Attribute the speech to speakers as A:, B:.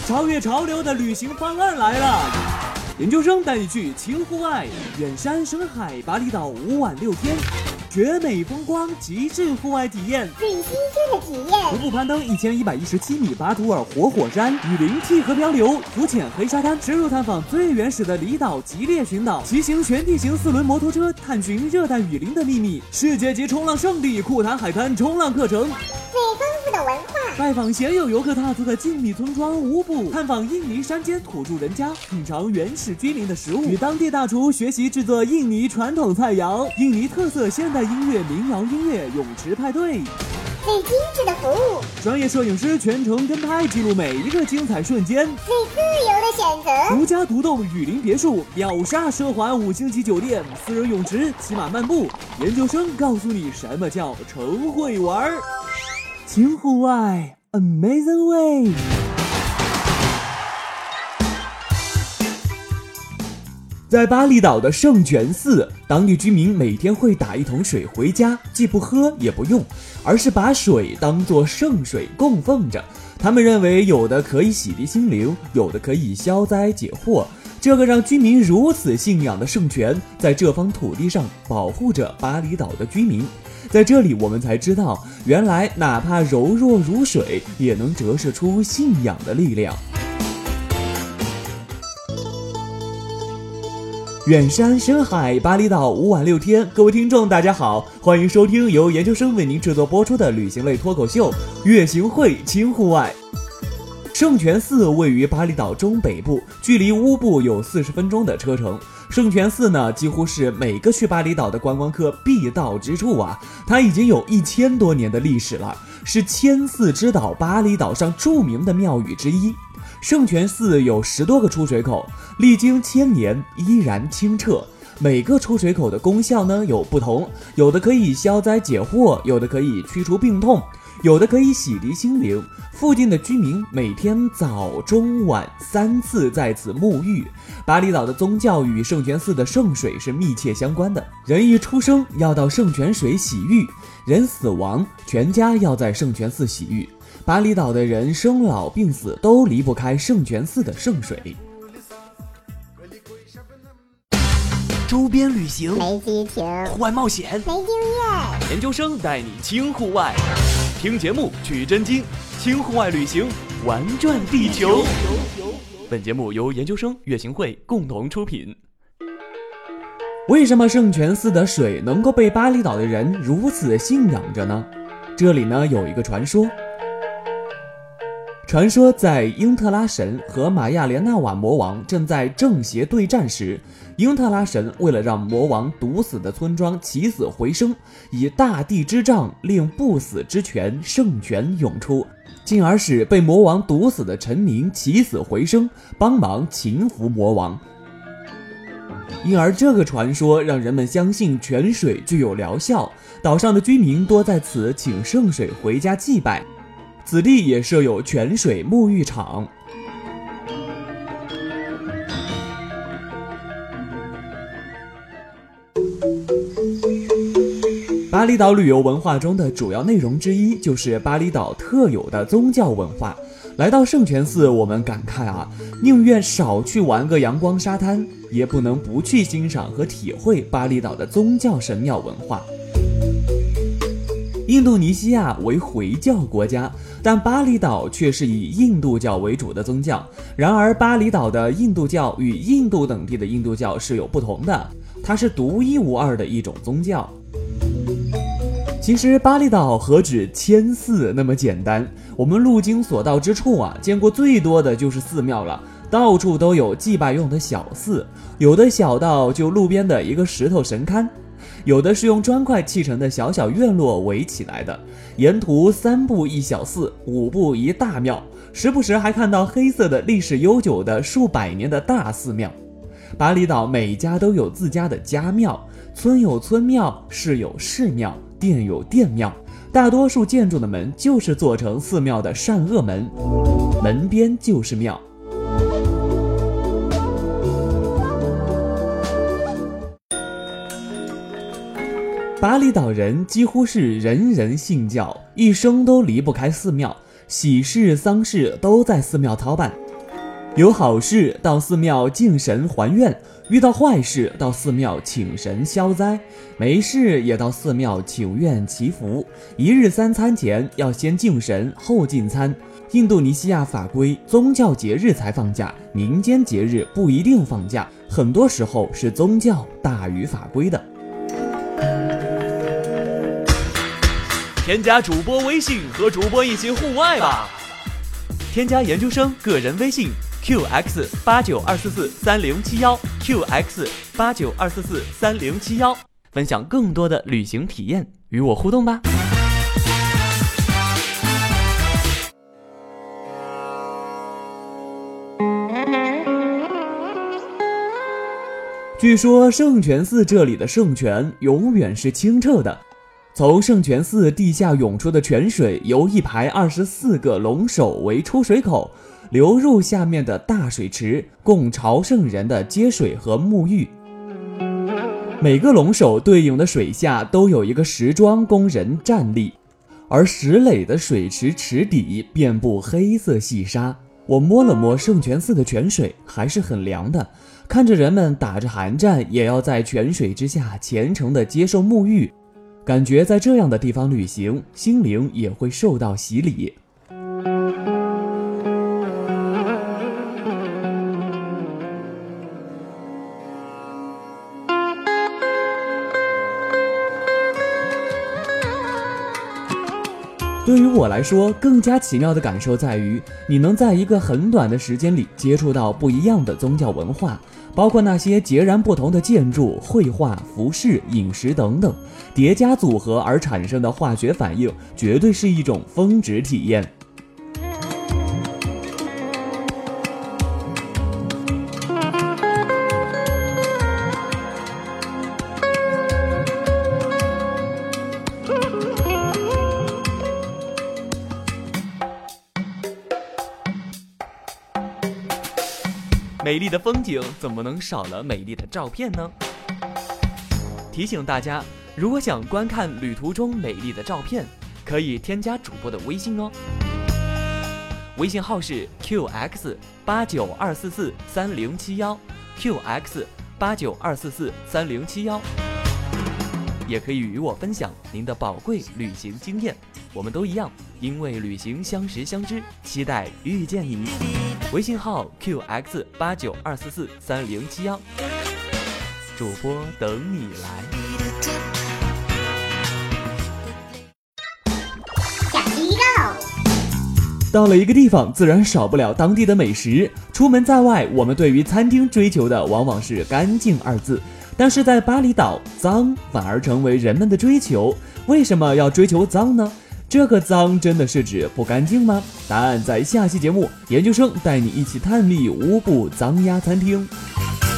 A: 超越潮流的旅行方案来了！研究生带你去轻户外，远山深海，巴厘岛5晚6天，绝美风光，极致户外体验，
B: 最新鲜的体验。
A: 徒步攀登1117米巴图尔活火山，雨林替河漂流，浮潜黑沙滩，深入探访最原始的离岛吉列群岛，骑行全地形4轮摩托车，探寻热带雨林的秘密，世界级冲浪圣地库坦海滩冲浪课程，
B: 最丰富的文化。
A: 拜访鲜有游客踏足的静谧村庄乌布，探访印尼山间土著人家，品尝原始居民的食物，与当地大厨学习制作印尼传统菜肴，印尼特色现代音乐民谣音乐泳池派对，
B: 最精致的服务，
A: 专业摄影师全程跟拍，记录每一个精彩瞬间，
B: 最自由的选择，
A: 独家独栋雨林别墅，秒杀奢华5星级酒店，私人泳池，骑马漫步。研究生告诉你什么叫成会玩，轻户外 Amazing Way。在巴厘岛的圣泉寺，当地居民每天会打一桶水回家，既不喝也不用，而是把水当作圣水供奉着。他们认为有的可以洗涤心灵，有的可以消灾解惑。这个让居民如此信仰的圣泉，在这方土地上保护着巴厘岛的居民。在这里我们才知道，原来哪怕柔弱如水，也能折射出信仰的力量。远山深海，巴厘岛5晚6天，各位听众大家好，欢迎收听由研究生为您制作播出的旅行类脱口秀《月行会轻户外》。圣泉寺位于巴厘岛中北部，距离乌布有40分钟的车程。圣泉寺呢，几乎是每个去巴厘岛的观光客必到之处啊！它已经有1000多年的历史了，是千寺之岛巴厘岛上著名的庙宇之一。圣泉寺有10多个出水口，历经1000年依然清澈。每个出水口的功效呢有不同，有的可以消灾解惑，有的可以驱除病痛，有的可以洗涤心灵。附近的居民每天早中晚3次在此沐浴。巴厘岛的宗教与圣泉寺的圣水是密切相关的，人一出生要到圣泉水洗浴，人死亡全家要在圣泉寺洗浴。巴厘岛的人生老病死都离不开圣泉寺的圣水。周边旅行
B: 没激情，
A: 户外冒险
B: 没经验，
A: 研究生带你轻户外，听节目取真经，轻户外旅行玩转地球。本节目由研究生月行会共同出品。为什么圣泉寺的水能够被巴厘岛的人如此信仰着呢？这里呢有一个传说，在英特拉神和玛亚莲纳瓦魔王正在正邪对战时，英特拉神为了让魔王毒死的村庄起死回生，以大地之杖令不死之泉圣泉涌出，进而使被魔王毒死的臣民起死回生，帮忙擒服魔王。因而这个传说让人们相信泉水具有疗效，岛上的居民多在此请圣水回家祭拜。此地也设有泉水沐浴场。巴厘岛旅游文化中的主要内容之一就是巴厘岛特有的宗教文化。来到圣泉寺，我们感慨啊，宁愿少去玩个阳光沙滩，也不能不去欣赏和体会巴厘岛的宗教神庙文化。印度尼西亚为回教国家，但巴厘岛却是以印度教为主的宗教。然而巴厘岛的印度教与印度等地的印度教是有不同的，它是独一无二的一种宗教。其实巴厘岛何止1000寺那么简单，我们路经所到之处啊，见过最多的就是寺庙了，到处都有祭拜用的小寺，有的小到就路边的一个石头神龛，有的是用砖块砌成的小小院落围起来的，沿途3步一小寺，5步一大庙，时不时还看到黑色的历史悠久的数百年的大寺庙。巴厘岛每家都有自家的家庙，村有村庙，市有市庙，店有店庙，大多数建筑的门就是做成寺庙的善恶门，门边就是庙。巴厘岛人几乎是人人信教，一生都离不开寺庙，喜事丧事都在寺庙操办。 有好事到寺庙敬神还愿，遇到坏事到寺庙请神消灾，没事也到寺庙请愿祈福。一日三餐前要先敬神后进餐。印度尼西亚法规，宗教节日才放假，民间节日不一定放假，很多时候是宗教大于法规的。
C: 添加主播微信和主播一起互外吧。添加研究生个人微信 QX892443071 QX892443071，分享更多的旅行体验，与我互动吧。
A: 据说圣泉寺这里的圣泉永远是清澈的，从圣泉寺地下涌出的泉水由一排24个龙首为出水口，流入下面的大水池，供朝圣人的接水和沐浴。每个龙首对应的水下都有一个石桩供人站立，而石垒的水池池底遍布黑色细沙。我摸了摸圣泉寺的泉水，还是很凉的，看着人们打着寒战也要在泉水之下虔诚地接受沐浴，感觉在这样的地方旅行，心灵也会受到洗礼。对于我来说，更加奇妙的感受在于，你能在一个很短的时间里接触到不一样的宗教文化，包括那些截然不同的建筑、绘画、服饰、饮食等等，叠加组合而产生的化学反应，绝对是一种峰值体验。
C: 美丽的风景怎么能少了美丽的照片呢？提醒大家，如果想观看旅途中美丽的照片，可以添加主播的微信哦。微信号是 QX892443071 QX892443071，也可以与我分享您的宝贵旅行经验。我们都一样，因为旅行相识相知，期待遇见你。微信号 QX892443071，主播等你来。
B: 小鸡肉。
A: 到了一个地方，自然少不了当地的美食。出门在外，我们对于餐厅追求的往往是干净二字，但是在巴厘岛，脏反而成为人们的追求。为什么要追求脏呢？这个脏真的是指不干净吗？答案在下期节目，研究生带你一起探秘乌布脏鸭餐厅。